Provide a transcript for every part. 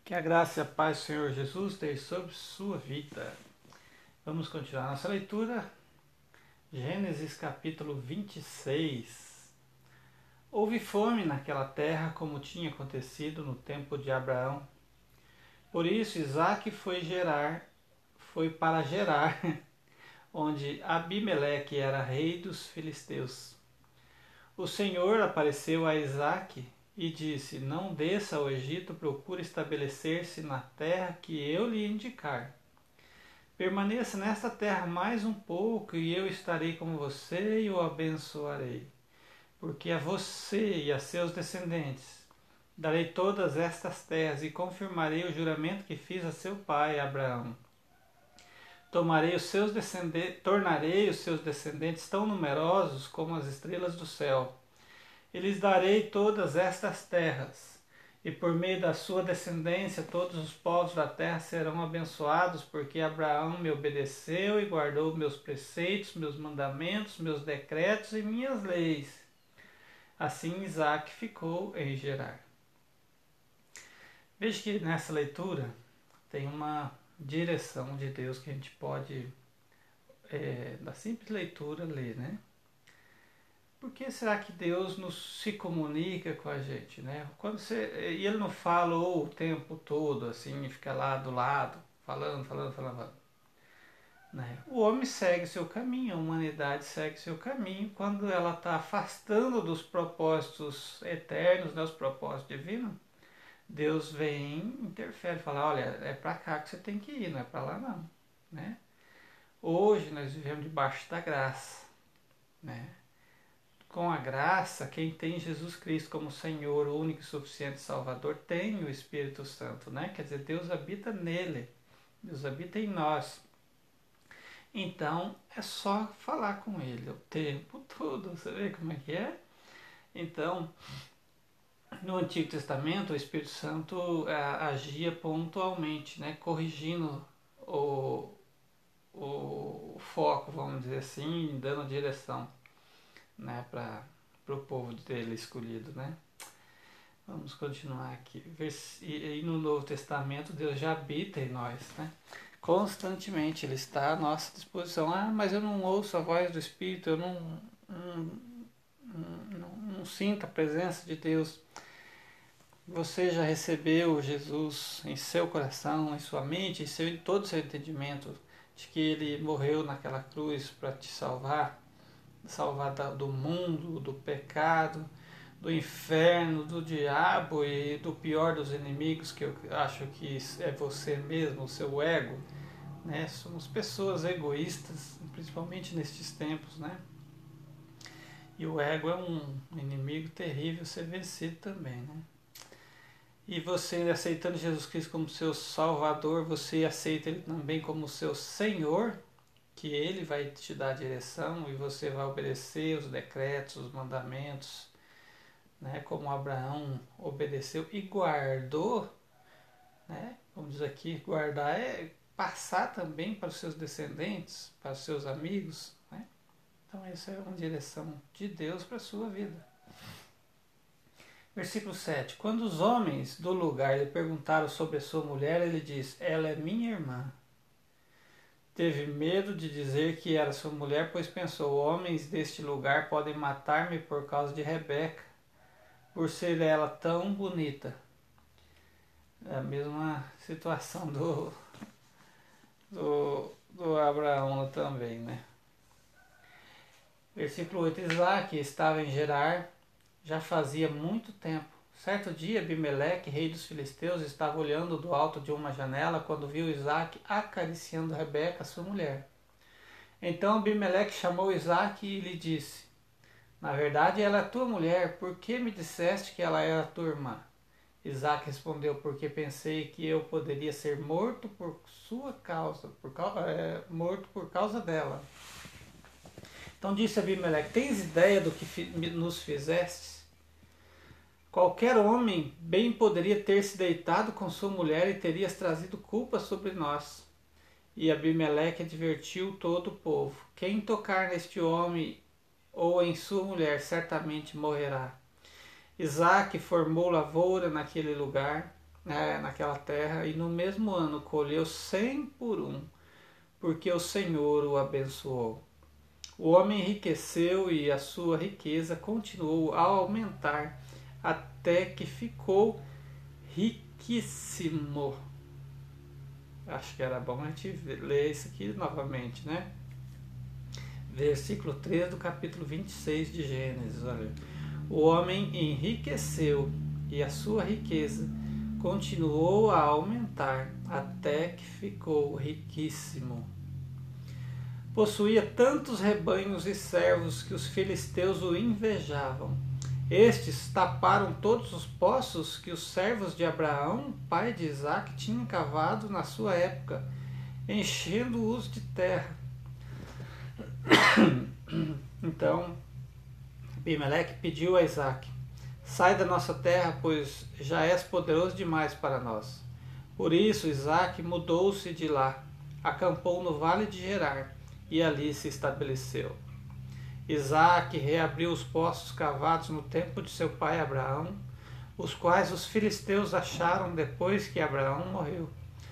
Que a graça e a paz do Senhor Jesus esteja sobre sua vida. Vamos continuar nossa leitura. Gênesis capítulo 26. Houve fome naquela terra, como tinha acontecido no tempo de Abraão. Por isso Isaque foi para Gerar, onde Abimeleque era rei dos filisteus. O Senhor apareceu a Isaque e disse: Não desça ao Egito, procure estabelecer-se na terra que eu lhe indicar. Permaneça nesta terra mais um pouco, e eu estarei com você e o abençoarei. Porque a você e a seus descendentes darei todas estas terras e confirmarei o juramento que fiz a seu pai Abraão. Tornarei os seus descendentes tão numerosos como as estrelas do céu. E lhes darei todas estas terras, e por meio da sua descendência todos os povos da terra serão abençoados, porque Abraão me obedeceu e guardou meus preceitos, meus mandamentos, meus decretos e minhas leis. Assim Isaque ficou em Gerar. Veja que nessa leitura tem uma direção de Deus que a gente pode, da simples leitura, ler, né? Por que será que Deus se comunica com a gente, né? E Ele não fala o tempo todo, assim, fica lá do lado, falando. Né? O homem segue seu caminho, a humanidade segue seu caminho. Quando ela está afastando dos propósitos eternos, né, os propósitos divinos, Deus vem, interfere, fala: olha, é para cá que você tem que ir, não é para lá não. Né? Hoje nós vivemos debaixo da graça, né? Com a graça, quem tem Jesus Cristo como Senhor, o único e suficiente Salvador, tem o Espírito Santo, né? Quer dizer, Deus habita nele, Deus habita em nós. Então, é só falar com ele o tempo todo, você vê como é que é? Então, no Antigo Testamento, o Espírito Santo agia pontualmente, né? Corrigindo o foco, vamos dizer assim, dando direção, né, para o povo dele escolhido, né? Vamos continuar aqui. E no Novo Testamento Deus já habita em nós, né? Constantemente Ele está à nossa disposição. Ah, mas eu não ouço a voz do Espírito, eu não sinto a presença de Deus. Você já recebeu Jesus em seu coração, em sua mente, em todo o seu entendimento de que Ele morreu naquela cruz para te salvar do mundo, do pecado, do inferno, do diabo e do pior dos inimigos, que eu acho que é você mesmo, o seu ego, né? Somos pessoas egoístas, principalmente nestes tempos, né? E o ego é um inimigo terrível ser vencido também, né? E você, aceitando Jesus Cristo como seu Salvador, você aceita Ele também como seu Senhor, que Ele vai te dar a direção e você vai obedecer os decretos, os mandamentos, né, como Abraão obedeceu e guardou, né, como diz aqui, guardar é passar também para os seus descendentes, para os seus amigos, né? Então essa é uma direção de Deus para a sua vida. Versículo 7. Quando os homens do lugar lhe perguntaram sobre a sua mulher, ele diz: ela é minha irmã. Teve medo de dizer que era sua mulher, pois pensou: homens deste lugar podem matar-me por causa de Rebeca, por ser ela tão bonita. É a mesma situação do Abraão também, né? Versículo 8. Isaque estava em Gerar já fazia muito tempo. Certo dia, Abimeleque, rei dos filisteus, estava olhando do alto de uma janela quando viu Isaque acariciando Rebeca, sua mulher. Então Abimeleque chamou Isaque e lhe disse: na verdade, ela é tua mulher, por que me disseste que ela era tua irmã? Isaque respondeu: porque pensei que eu poderia ser morto por sua causa, morto por causa dela. Então disse Abimeleque: tens ideia do que nos fizestes? Qualquer homem bem poderia ter se deitado com sua mulher e terias trazido culpa sobre nós. E Abimeleque advertiu todo o povo: quem tocar neste homem ou em sua mulher certamente morrerá. Isaque formou lavoura naquele lugar, naquela terra, e no mesmo ano colheu 100 por um, porque o Senhor o abençoou. O homem enriqueceu e a sua riqueza continuou a aumentar até que ficou riquíssimo. Acho que era bom a gente ler isso aqui novamente, né? Versículo 3 do capítulo 26 de Gênesis. Olha. O homem enriqueceu e a sua riqueza continuou a aumentar até que ficou riquíssimo. Possuía tantos rebanhos e servos que os filisteus o invejavam. Estes taparam todos os poços que os servos de Abraão, pai de Isaque, tinham cavado na sua época, enchendo-os de terra. Então, Abimeleque pediu a Isaque: sai da nossa terra, pois já és poderoso demais para nós. Por isso, Isaque mudou-se de lá, acampou no vale de Gerar, e ali se estabeleceu. Isaque reabriu os poços cavados no tempo de seu pai Abraão, os quais os filisteus acharam depois que Abraão morreu.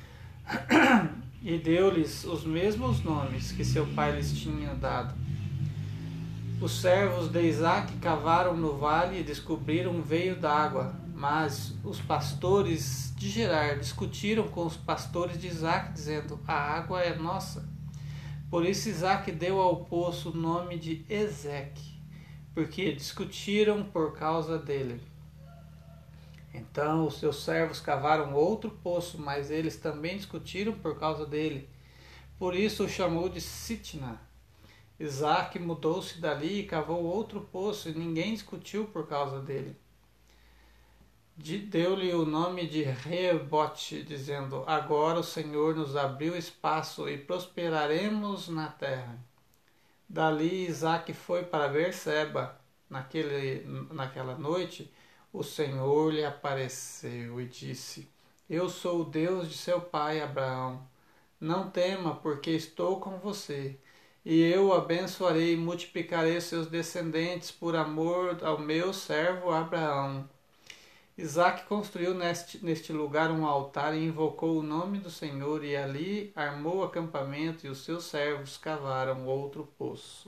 E deu-lhes os mesmos nomes que seu pai lhes tinha dado. Os servos de Isaque cavaram no vale e descobriram um veio d'água, mas os pastores de Gerar discutiram com os pastores de Isaque, dizendo: a água é nossa. Por isso Isaque deu ao poço o nome de Ezeque, porque discutiram por causa dele. Então os seus servos cavaram outro poço, mas eles também discutiram por causa dele. Por isso o chamou de Sitna. Isaque mudou-se dali e cavou outro poço, e ninguém discutiu por causa dele. Deu-lhe o nome de Reobote, dizendo: agora o Senhor nos abriu espaço e prosperaremos na terra. Dali Isaque foi para Berseba. Naquela noite o Senhor lhe apareceu e disse: eu sou o Deus de seu pai Abraão. Não tema, porque estou com você, e eu o abençoarei e multiplicarei seus descendentes por amor ao meu servo Abraão. Isaque construiu neste lugar um altar e invocou o nome do Senhor, e ali armou acampamento, e os seus servos cavaram outro poço.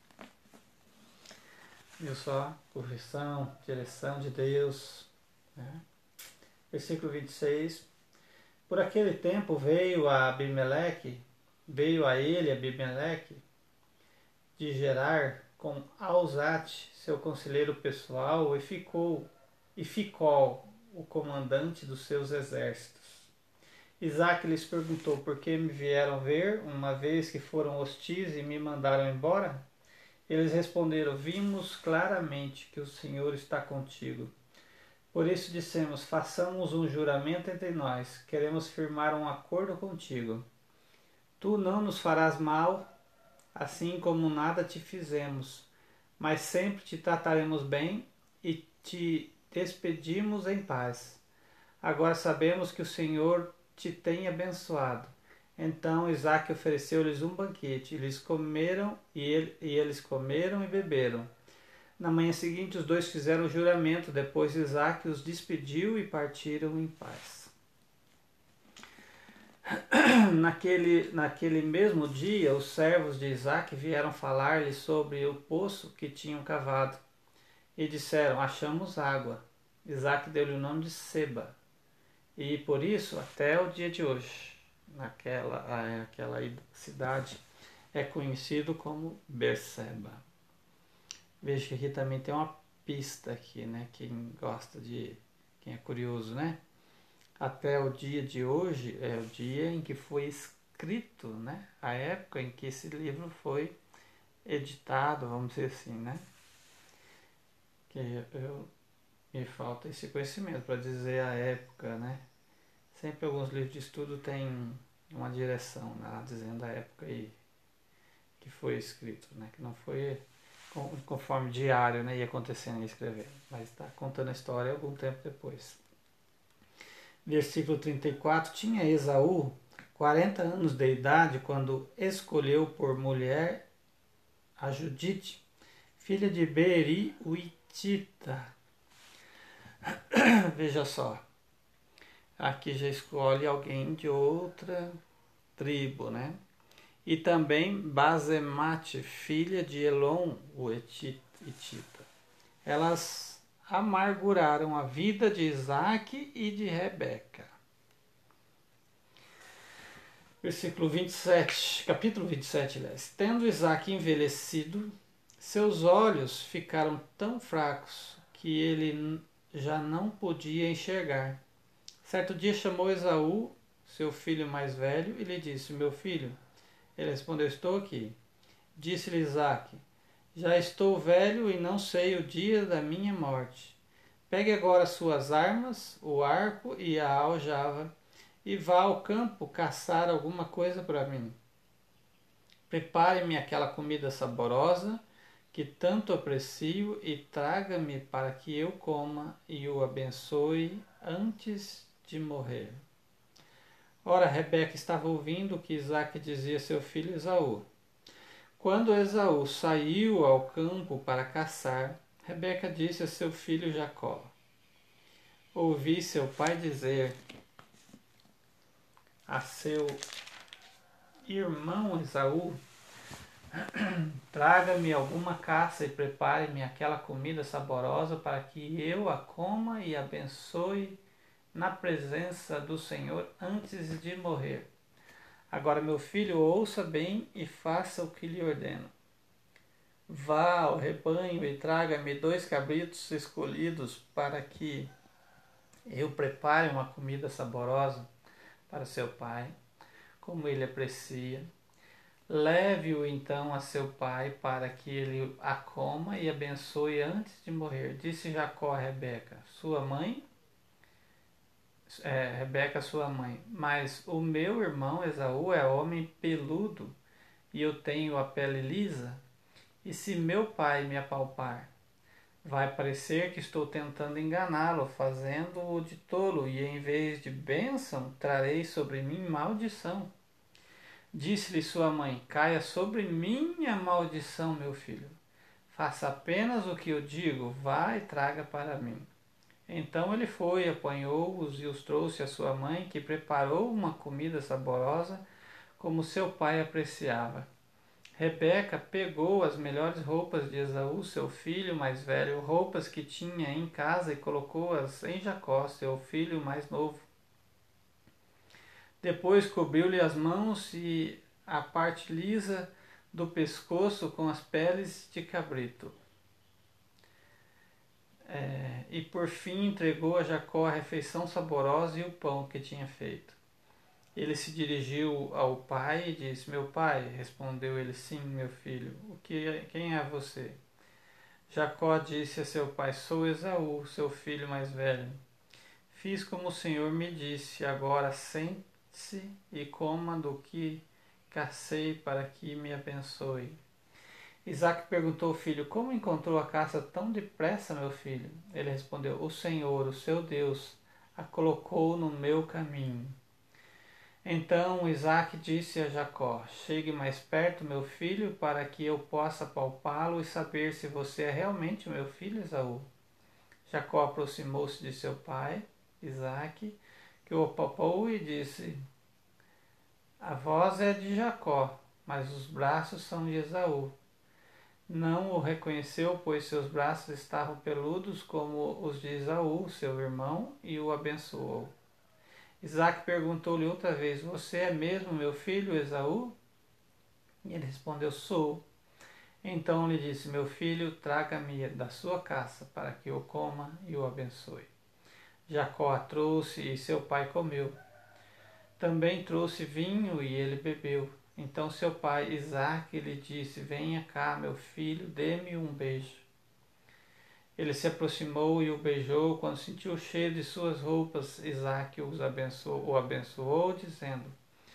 Viu só? Correção, direção de Deus. Né? Versículo 26. Por aquele tempo veio a ele Abimeleque de Gerar com Alzate, seu conselheiro pessoal, e Ficol, o comandante dos seus exércitos. Isaque lhes perguntou: por que me vieram ver, uma vez que foram hostis e me mandaram embora? Eles responderam: vimos claramente que o Senhor está contigo. Por isso dissemos: façamos um juramento entre nós, queremos firmar um acordo contigo. Tu não nos farás mal, assim como nada te fizemos, mas sempre te trataremos bem e te despedimos em paz. Agora sabemos que o Senhor te tem abençoado. Então Isaque ofereceu-lhes um banquete. Eles comeram eles comeram e beberam. Na manhã seguinte os dois fizeram o juramento. Depois Isaque os despediu e partiram em paz. Naquele mesmo dia, os servos de Isaque vieram falar-lhe sobre o poço que tinham cavado. E disseram: achamos água. Isaque deu-lhe o nome de Seba. E por isso, até o dia de hoje, aquela cidade é conhecido como Berseba. Veja que aqui também tem uma pista aqui, né? Quem é curioso, né? Até o dia de hoje é o dia em que foi escrito, né? A época em que esse livro foi editado, vamos dizer assim, né? Que me falta esse conhecimento para dizer a época, né? Sempre alguns livros de estudo têm uma direção, né, dizendo a época aí que foi escrito, né? Que não foi conforme diário, né, ia acontecendo e escrevendo, mas está contando a história algum tempo depois. Versículo 34. Tinha Esaú 40 anos de idade quando escolheu por mulher a Judite, filha de Beeri, o Hitita. Veja só. Aqui já escolhe alguém de outra tribo, né? E também Basemate, filha de Elon, o Etita. Elas amarguraram a vida de Isaac e de Rebeca. Versículo 27, capítulo 27, aliás. Tendo Isaac envelhecido, seus olhos ficaram tão fracos que ele já não podia enxergar. Certo dia chamou Esaú, seu filho mais velho, e lhe disse: Meu filho. Ele respondeu: Estou aqui. Disse-lhe Isaac: Já estou velho e não sei o dia da minha morte. Pegue agora suas armas, o arco e a aljava, e vá ao campo caçar alguma coisa para mim. Prepare-me aquela comida saborosa que tanto aprecio e traga-me para que eu coma e o abençoe antes de morrer. Ora, Rebeca estava ouvindo o que Isaque dizia a seu filho Esaú. Quando Esaú saiu ao campo para caçar, Rebeca disse a seu filho Jacó: Ouvi seu pai dizer a seu irmão Esaú: Traga-me alguma caça e prepare-me aquela comida saborosa para que eu a coma e abençoe na presença do Senhor antes de morrer. Agora, meu filho, ouça bem e faça o que lhe ordeno. Vá ao rebanho e traga-me 2 cabritos escolhidos para que eu prepare uma comida saborosa para seu pai, como ele aprecia. Leve-o então a seu pai para que ele a coma e abençoe antes de morrer. Disse Jacó a Rebeca, sua mãe, Rebeca, sua mãe, mas o meu irmão Esaú é homem peludo e eu tenho a pele lisa, e se meu pai me apalpar, vai parecer que estou tentando enganá-lo, fazendo-o de tolo, e em vez de bênção, trarei sobre mim maldição. Disse-lhe sua mãe: Caia sobre mim a maldição, meu filho. Faça apenas o que eu digo, vá e traga para mim. Então ele foi, apanhou-os e os trouxe à sua mãe, que preparou uma comida saborosa, como seu pai apreciava. Rebeca pegou as melhores roupas de Esaú, seu filho mais velho, roupas que tinha em casa, e colocou-as em Jacó, seu filho mais novo. Depois cobriu-lhe as mãos e a parte lisa do pescoço com as peles de cabrito. E por fim entregou a Jacó a refeição saborosa e o pão que tinha feito. Ele se dirigiu ao pai e disse: Meu pai. Respondeu ele: Sim, meu filho. Quem é você? Jacó disse a seu pai: Sou Esaú, seu filho mais velho. Fiz como o Senhor me disse, agora sente-se e coma do que cacei para que me abençoe. Isaac perguntou ao filho: Como encontrou a caça tão depressa, meu filho? Ele respondeu: O Senhor, o seu Deus, a colocou no meu caminho. Então Isaac disse a Jacó: Chegue mais perto, meu filho, para que eu possa palpá-lo e saber se você é realmente meu filho, Esaú. Jacó aproximou-se de seu pai, Isaac, que o apalpou e disse: A voz é de Jacó, mas os braços são de Esaú. Não o reconheceu, pois seus braços estavam peludos como os de Esaú, seu irmão, e o abençoou. Isaac perguntou-lhe outra vez: Você é mesmo meu filho, Esaú? E ele respondeu: Sou. Então lhe disse: Meu filho, traga-me da sua caça, para que eu coma e o abençoe. Jacó a trouxe e seu pai comeu. Também trouxe vinho e ele bebeu. Então seu pai Isaque lhe disse: Venha cá, meu filho, dê-me um beijo. Ele se aproximou e o beijou. Quando sentiu o cheiro de suas roupas, Isaque o abençoou, dizendo: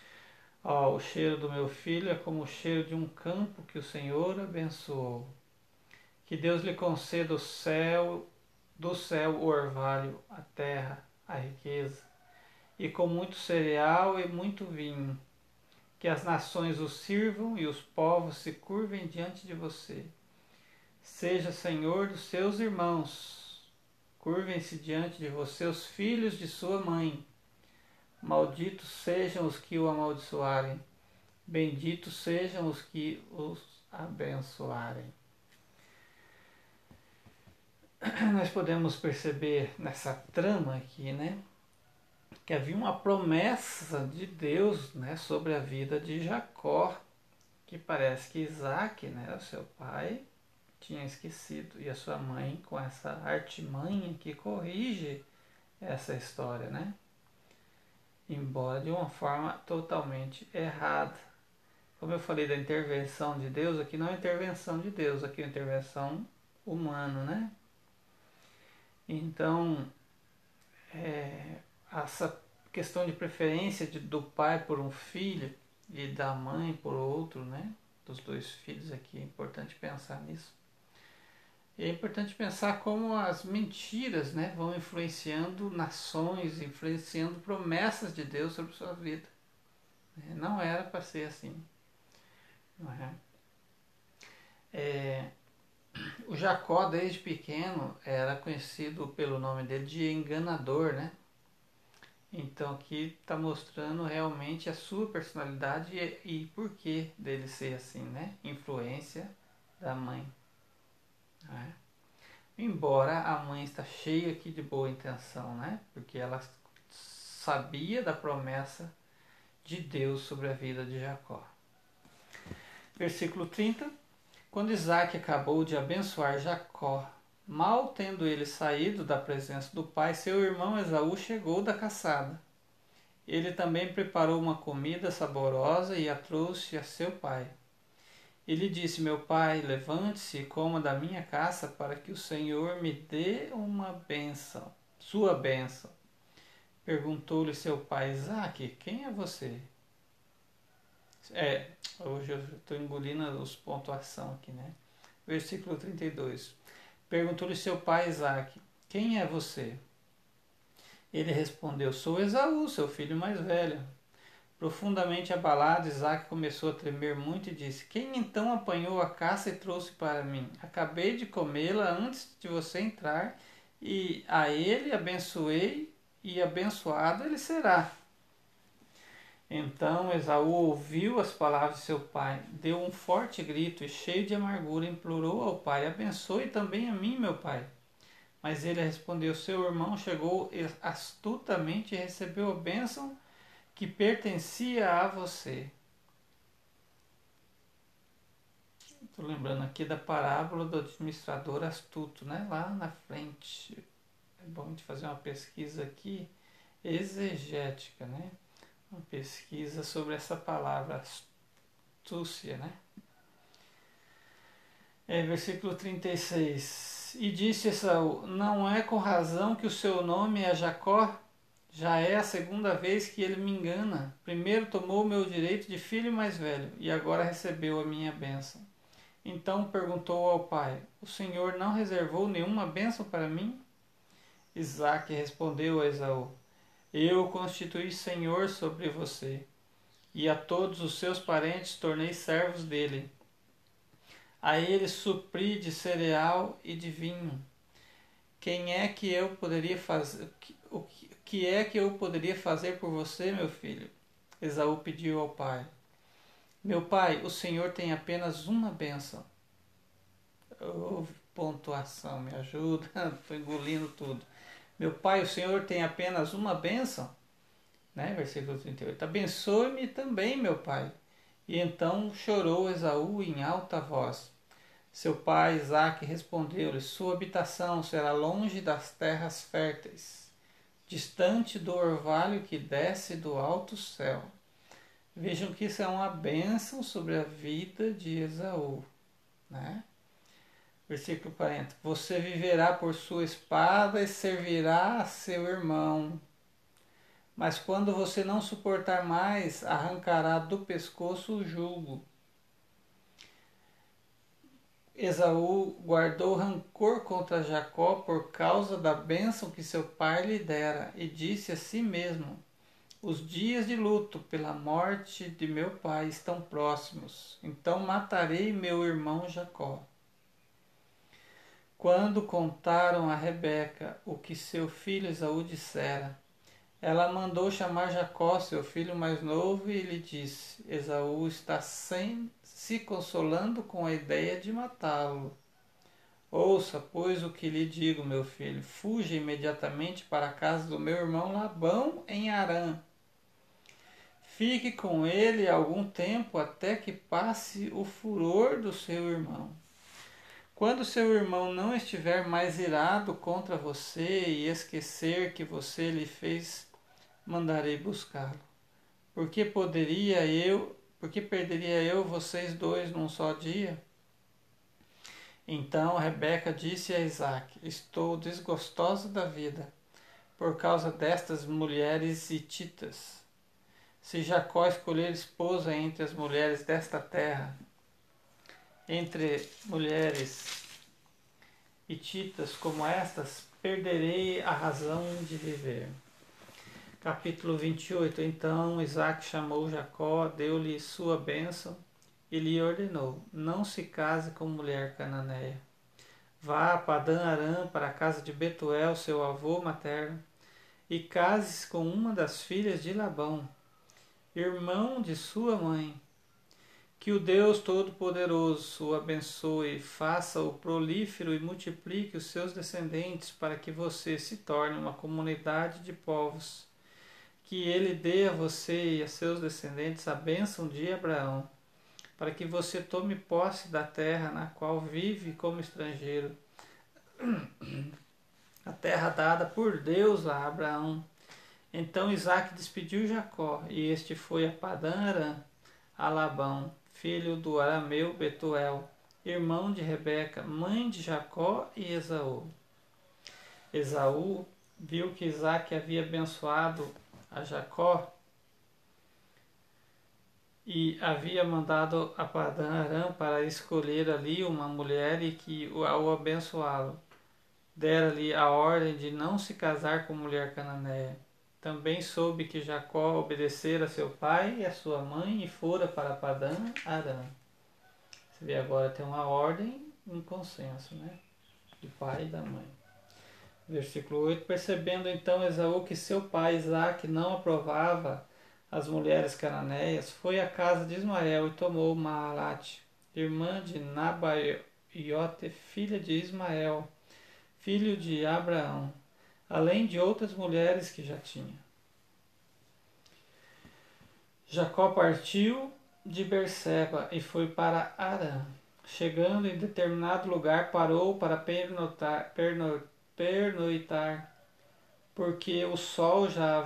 o cheiro do meu filho é como o cheiro de um campo que o Senhor abençoou. Que Deus lhe conceda do céu o orvalho, a terra, a riqueza, e com muito cereal e muito vinho. Que as nações o sirvam e os povos se curvem diante de você. Seja senhor dos seus irmãos. Curvem-se diante de você os filhos de sua mãe. Malditos sejam os que o amaldiçoarem, benditos sejam os que os abençoarem. Nós podemos perceber nessa trama aqui, né, que havia uma promessa de Deus, né, sobre a vida de Jacó, que parece que Isaac, né, o seu pai, tinha esquecido, e a sua mãe, com essa artimanha que corrige essa história, né, embora de uma forma totalmente errada. Como eu falei da intervenção de Deus, aqui não é intervenção de Deus, aqui é intervenção humana, né? Então, essa questão de preferência do pai por um filho e da mãe por outro, né? Dos dois filhos aqui, é importante pensar nisso. E é importante pensar como as mentiras, né, vão influenciando nações, influenciando promessas de Deus sobre a sua vida. Não era para ser assim. Não é? O Jacó, desde pequeno, era conhecido pelo nome dele de enganador, né? Então aqui está mostrando realmente a sua personalidade e por que dele ser assim, né? Influência da mãe. Né? Embora a mãe está cheia aqui de boa intenção, né? Porque ela sabia da promessa de Deus sobre a vida de Jacó. Versículo 30. Quando Isaac acabou de abençoar Jacó, mal tendo ele saído da presença do pai, seu irmão Esaú chegou da caçada. Ele também preparou uma comida saborosa e a trouxe a seu pai. Ele disse: Meu pai, levante-se e coma da minha caça, para que o Senhor me dê uma bênção, sua bênção. Perguntou-lhe seu pai: Isaac, quem é você? Hoje eu estou engolindo os pontuação aqui, né? Versículo 32. Perguntou-lhe seu pai Isaac: Quem é você? Ele respondeu: Sou Esaú, seu filho mais velho. Profundamente abalado, Isaac começou a tremer muito e disse: Quem então apanhou a caça e trouxe para mim? Acabei de comê-la antes de você entrar, e a ele abençoei, e abençoado ele será. Então Esaú ouviu as palavras de seu pai, deu um forte grito e, cheio de amargura, implorou ao pai: Abençoe também a mim, meu pai. Mas ele respondeu: Seu irmão chegou astutamente e recebeu a bênção que pertencia a você. Estou lembrando aqui da parábola do administrador astuto, né? Lá na frente. É bom a gente fazer uma pesquisa aqui exegética, né? Uma pesquisa sobre essa palavra astúcia, né? Versículo 36. E disse Esaú: Não é com razão que o seu nome é Jacó? Já é a segunda vez que ele me engana. Primeiro tomou o meu direito de filho mais velho, e agora recebeu a minha bênção. Então perguntou ao pai: O Senhor não reservou nenhuma bênção para mim? Isaque respondeu a Esaú: Eu o constituí senhor sobre você, e a todos os seus parentes tornei servos dele. A ele supri de cereal e de vinho. Quem é que eu poderia fazer? O que é que eu poderia fazer por você, meu filho? Esaú pediu ao pai. Meu pai, o Senhor tem apenas uma bênção. Pontuação, me ajuda, estou engolindo tudo. Meu pai, o Senhor tem apenas uma bênção? Né? Versículo 38. Abençoe-me também, meu pai. E então chorou Esaú em alta voz. Seu pai Isaque respondeu-lhe: Sua habitação será longe das terras férteis, distante do orvalho que desce do alto céu. Vejam que isso é uma bênção sobre a vida de Esaú. Né? Versículo 40. Você viverá por sua espada e servirá a seu irmão. Mas quando você não suportar mais, arrancará do pescoço o jugo. Esaú guardou rancor contra Jacó por causa da bênção que seu pai lhe dera, e disse a si mesmo: Os dias de luto pela morte de meu pai estão próximos, então matarei meu irmão Jacó. Quando contaram a Rebeca o que seu filho Esaú dissera, Ela mandou chamar Jacó, seu filho mais novo, e lhe disse: Esaú está se consolando com a ideia de matá-lo. Ouça, pois, o que lhe digo, meu filho. Fuja imediatamente para a casa do meu irmão Labão, em Harã. Fique com ele algum tempo até que passe o furor do seu irmão. Quando seu irmão não estiver mais irado contra você e esquecer que você lhe fez, mandarei buscá-lo. Porque perderia eu vocês dois num só dia? Então Rebeca disse a Isaque: Estou desgostosa da vida por causa destas mulheres hititas. Se Jacó escolher esposa entre as mulheres desta terra, entre mulheres hititas como estas, perderei a razão de viver. Capítulo 28. Então Isaque chamou Jacó, deu-lhe sua bênção e lhe ordenou: Não se case com mulher cananeia. Vá a Padã Arã para a casa de Betuel, seu avô materno, e case-se com uma das filhas de Labão, irmão de sua mãe. Que o Deus Todo-Poderoso o abençoe, faça-o prolífero e multiplique os seus descendentes para que você se torne uma comunidade de povos. Que ele dê a você e a seus descendentes a bênção de Abraão, para que você tome posse da terra na qual vive como estrangeiro, a terra dada por Deus a Abraão. Então Isaque despediu Jacó, e este foi a Padã Arã, a Labão, filho do arameu Betuel, irmão de Rebeca, mãe de Jacó e Esaú. Esaú viu que Isaque havia abençoado a Jacó e havia mandado a Padã Arã para escolher ali uma mulher e que o abençoá-lo. Dera-lhe a ordem de não se casar com mulher cananeia. Também soube que Jacó obedecera a seu pai e a sua mãe e fora para Padã Arã. Você vê agora tem uma ordem em consenso, né? Do pai e da mãe. Versículo 8. Percebendo então Esaú que seu pai Isaque não aprovava as mulheres cananeias, foi à casa de Ismael e tomou Maalate, irmã de Nabaiote, filha de Ismael, filho de Abraão, além de outras mulheres que já tinha. Jacó partiu de Berseba e foi para Harã. Chegando em determinado lugar, parou para pernoitar, porque o sol já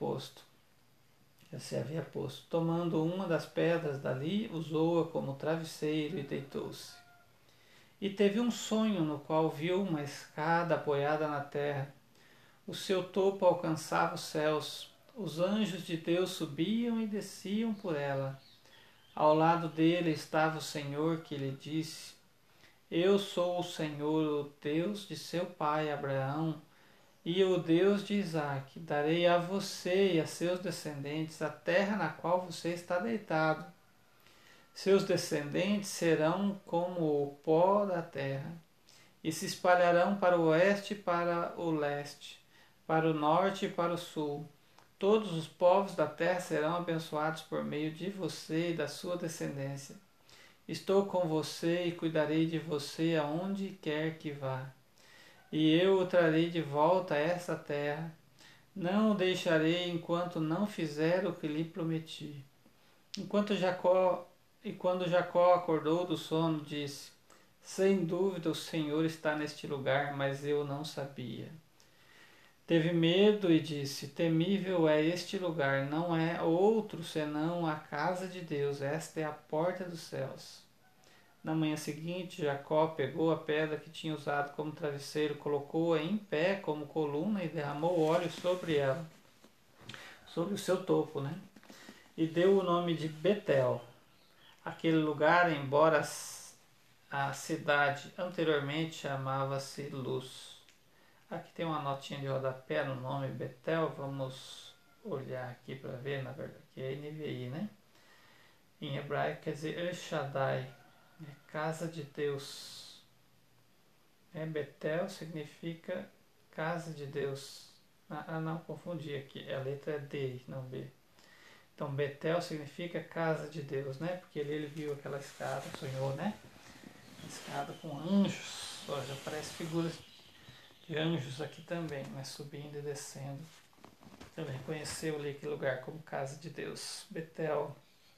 se havia posto. Tomando uma das pedras dali, usou-a como travesseiro e deitou-se. E teve um sonho no qual viu uma escada apoiada na terra. O seu topo alcançava os céus. Os anjos de Deus subiam e desciam por ela. Ao lado dele estava o Senhor, que lhe disse: Eu sou o Senhor, o Deus de seu pai Abraão, e o Deus de Isaque. Darei a você e a seus descendentes a terra na qual você está deitado. Seus descendentes serão como o pó da terra, e se espalharão para o oeste e para o leste, para o norte e para o sul. Todos os povos da terra serão abençoados por meio de você e da sua descendência. Estou com você e cuidarei de você aonde quer que vá. E eu o trarei de volta a esta terra. Não o deixarei enquanto não fizer o que lhe prometi. E quando Jacó acordou do sono, disse: Sem dúvida o Senhor está neste lugar, mas eu não sabia. Teve medo e disse: Temível é este lugar, não é outro senão a casa de Deus, esta é a porta dos céus. Na manhã seguinte, Jacó pegou a pedra que tinha usado como travesseiro, colocou-a em pé como coluna e derramou óleo sobre ela, sobre o seu topo, né? E deu o nome de Betel. Aquele lugar, embora a cidade anteriormente chamava-se Luz. Aqui tem uma notinha de rodapé no nome Betel, vamos olhar aqui para ver, na verdade, que é NVI, né? Em hebraico quer dizer El Shaddai, casa de Deus. Betel significa casa de Deus. Não, confundi aqui. A letra é D, não B. Então, Betel significa casa de Deus, né? Porque ele viu aquela escada, sonhou, né? Escada com anjos. Ó, já aparece figuras de anjos aqui também, né? Subindo e descendo. Então, ele reconheceu ali aquele lugar como casa de Deus. Betel.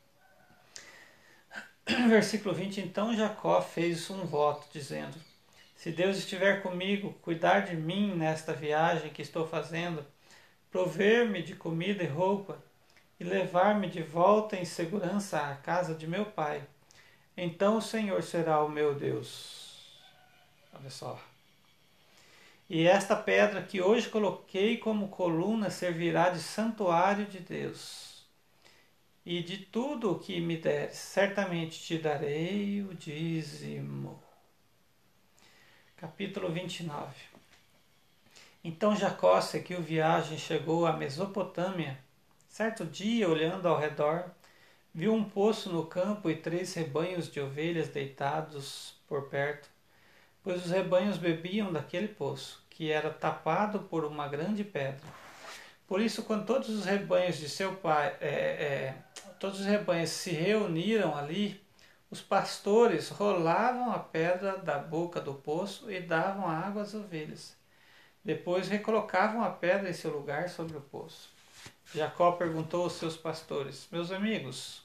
Versículo 20. Então Jacó fez um voto, dizendo: se Deus estiver comigo, cuidar de mim nesta viagem que estou fazendo, prover-me de comida e roupa, e levar-me de volta em segurança à casa de meu pai, então o Senhor será o meu Deus. Olha só. E esta pedra que hoje coloquei como coluna servirá de santuário de Deus. E de tudo o que me deres, certamente te darei o dízimo. Capítulo 29. Então Jacó seguiu viagem e chegou à Mesopotâmia. Certo dia, olhando ao redor, viu um poço no campo e 3 rebanhos de ovelhas deitados por perto, pois os rebanhos bebiam daquele poço, que era tapado por uma grande pedra. Por isso, quando todos os rebanhos de seu pai, todos os rebanhos se reuniram ali, os pastores rolavam a pedra da boca do poço e davam água às ovelhas. Depois recolocavam a pedra em seu lugar sobre o poço. Jacó perguntou aos seus pastores: meus amigos,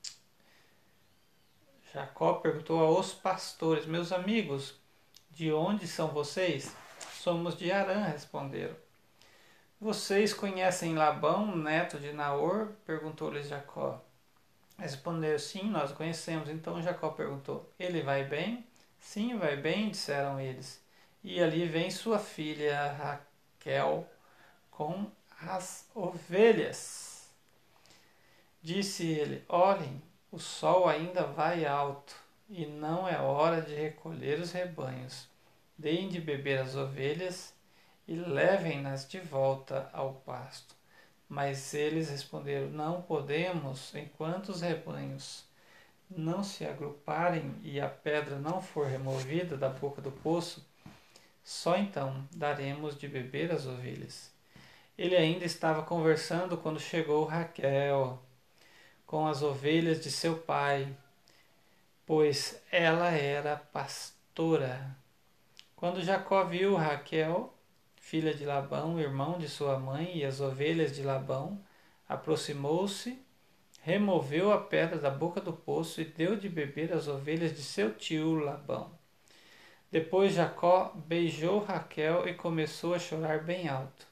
meus amigos, de onde são vocês? Somos de Harã, responderam. Vocês conhecem Labão, neto de Naor? Perguntou-lhes Jacó. Responderam: sim, nós o conhecemos. Então Jacó perguntou: ele vai bem? Sim, vai bem, disseram eles. E ali vem sua filha Raquel com as ovelhas. Disse ele: olhem, o sol ainda vai alto e não é hora de recolher os rebanhos. Deem de beber as ovelhas e levem-nas de volta ao pasto. Mas eles responderam: não podemos, enquanto os rebanhos não se agruparem e a pedra não for removida da boca do poço, só então daremos de beber às ovelhas. Ele ainda estava conversando quando chegou Raquel com as ovelhas de seu pai, pois ela era pastora. Quando Jacó viu Raquel, filha de Labão, irmão de sua mãe, e as ovelhas de Labão, aproximou-se, removeu a pedra da boca do poço e deu de beber às ovelhas de seu tio Labão. Depois Jacó beijou Raquel e começou a chorar bem alto.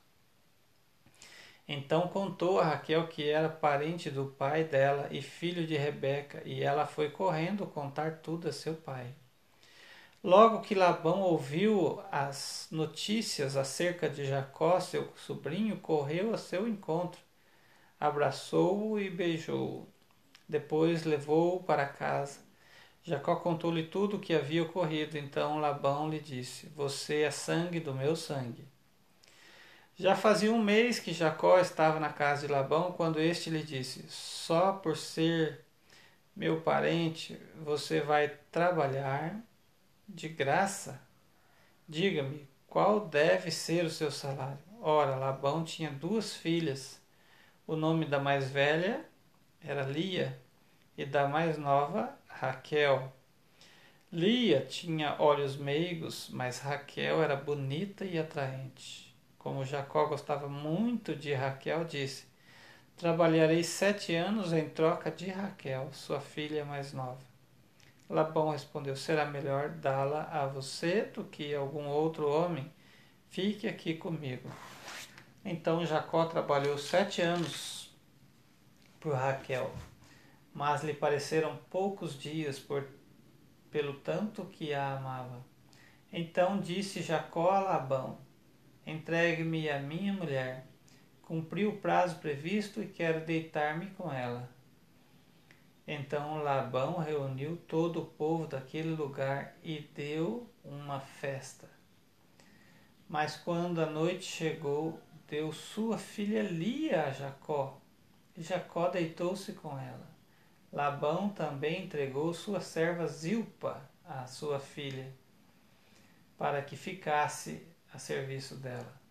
Então contou a Raquel que era parente do pai dela e filho de Rebeca, e ela foi correndo contar tudo a seu pai. Logo que Labão ouviu as notícias acerca de Jacó, seu sobrinho, correu a seu encontro, abraçou-o e beijou-o. Depois levou-o para casa. Jacó contou-lhe tudo o que havia ocorrido. Então Labão lhe disse: você é sangue do meu sangue. Já fazia 1 mês que Jacó estava na casa de Labão, quando este lhe disse: só por ser meu parente você vai trabalhar de graça? Diga-me, qual deve ser o seu salário? Ora, Labão tinha 2 filhas. O nome da mais velha era Lia e da mais nova, Raquel. Lia tinha olhos meigos, mas Raquel era bonita e atraente. Como Jacó gostava muito de Raquel, disse: trabalharei 7 anos em troca de Raquel, sua filha mais nova. Labão respondeu: será melhor dá-la a você do que a algum outro homem? Fique aqui comigo. Então Jacó trabalhou 7 anos por Raquel, mas lhe pareceram poucos dias pelo tanto que a amava. Então disse Jacó a Labão: entregue-me a minha mulher. Cumpri o prazo previsto e quero deitar-me com ela. Então Labão reuniu todo o povo daquele lugar e deu uma festa. Mas quando a noite chegou, deu sua filha Lia a Jacó, e Jacó deitou-se com ela. Labão também entregou sua serva Zilpa, a sua filha, para que ficasse a serviço dela.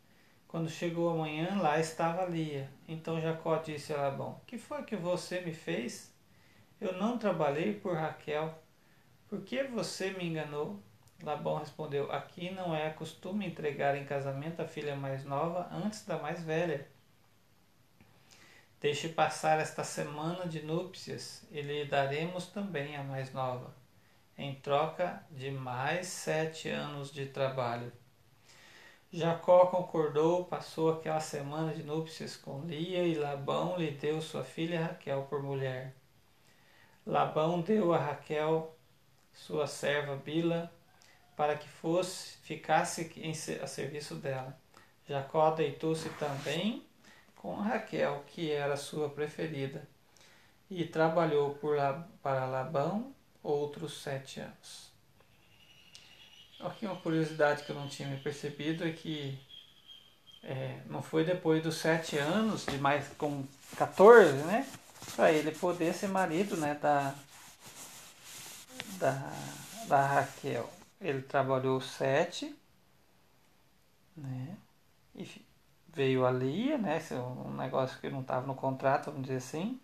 Quando chegou a manhã, lá estava Lia. Então Jacó disse a Labão: Que foi que você me fez? Eu não trabalhei por Raquel. Por que você me enganou? Labão respondeu: Aqui não é costume entregar em casamento a filha mais nova antes da mais velha. Deixe passar esta semana de núpcias e lhe daremos também a mais nova, em troca de mais 7 anos de trabalho. Jacó concordou, passou aquela semana de núpcias com Lia e Labão lhe deu sua filha Raquel por mulher. Labão deu a Raquel sua serva Bila para que ficasse a serviço dela. Jacó deitou-se também com Raquel, que era sua preferida, e trabalhou para Labão outros 7 anos. Aqui uma curiosidade que eu não tinha me percebido é que não foi depois dos 7 anos, de mais com 14, né? Para ele poder ser marido, né, da Raquel. Ele trabalhou 7, né? E veio a Lia, né? Esse é um negócio que não estava no contrato, vamos dizer assim.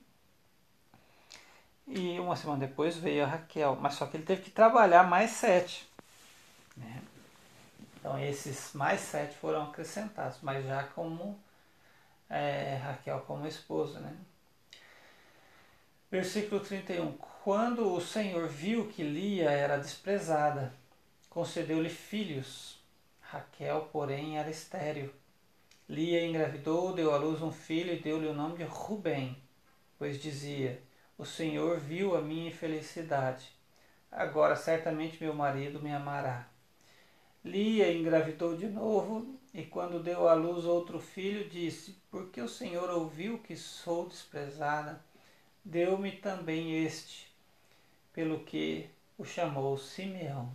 E uma semana depois veio a Raquel, mas só que ele teve que trabalhar mais 7, né? Então esses mais 7 foram acrescentados, mas já como Raquel como esposa, né? Versículo 31. Quando o Senhor viu que Lia era desprezada, concedeu-lhe filhos. Raquel, porém, era estéril. Lia engravidou, deu à luz um filho e deu-lhe o nome de Rubem, pois dizia: O Senhor viu a minha infelicidade. Agora certamente meu marido me amará. Lia engravidou de novo e quando deu à luz outro filho, disse: Porque o Senhor ouviu que sou desprezada, deu-me também este, pelo que o chamou Simeão.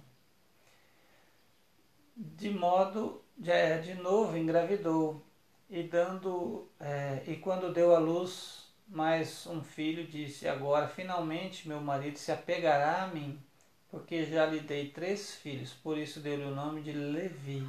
De novo engravidou e quando deu à luz mais um filho, disse: Agora finalmente meu marido se apegará a mim, porque já lhe dei 3 filhos, por isso deu-lhe o nome de Levi.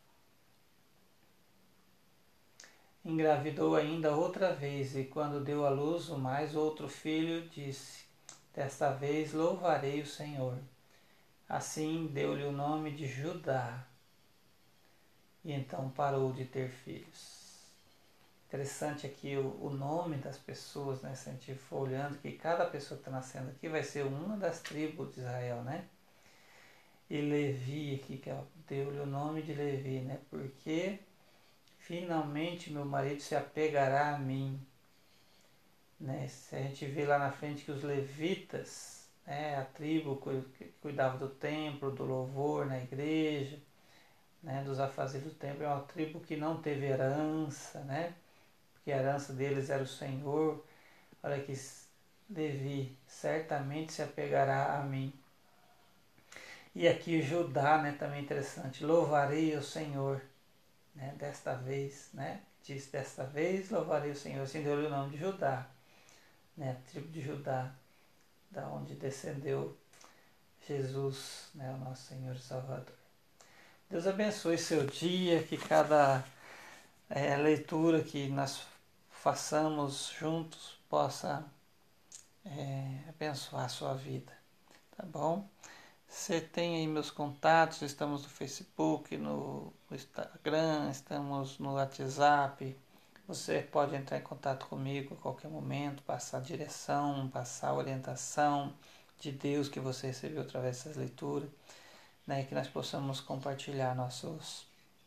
Engravidou ainda outra vez, e quando deu à luz o mais outro filho, disse: Desta vez louvarei o Senhor. Assim deu-lhe o nome de Judá. E então parou de ter filhos. Interessante aqui o nome das pessoas, né? Se a gente for olhando que cada pessoa que está nascendo aqui vai ser uma das tribos de Israel, né? E Levi aqui, que deu-lhe o nome de Levi, né? Porque finalmente meu marido se apegará a mim, né? Se a gente vê lá na frente que os levitas, né? A tribo que cuidava do templo, do louvor na igreja, né? Dos afazeres do templo, é uma tribo que não teve herança, né? Porque a herança deles era o Senhor. Olha que Levi certamente se apegará a mim. E aqui Judá, né, também interessante. Louvarei o Senhor, né, desta vez, né? Diz desta vez louvarei o Senhor. Assim deu-lhe o nome de Judá, né? A tribo de Judá, da onde descendeu Jesus, né, o nosso Senhor e Salvador. Deus abençoe seu dia, que cada leitura que nós façamos juntos possa abençoar a sua vida, tá bom? Você tem aí meus contatos, estamos no Facebook, no Instagram, estamos no WhatsApp. Você pode entrar em contato comigo a qualquer momento, passar direção, passar orientação de Deus que você recebeu através dessas leituras, né? Que nós possamos compartilhar nossas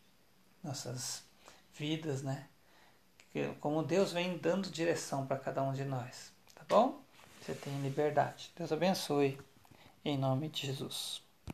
vidas, né? Como Deus vem dando direção para cada um de nós, tá bom? Você tem liberdade. Deus abençoe, em nome de Jesus.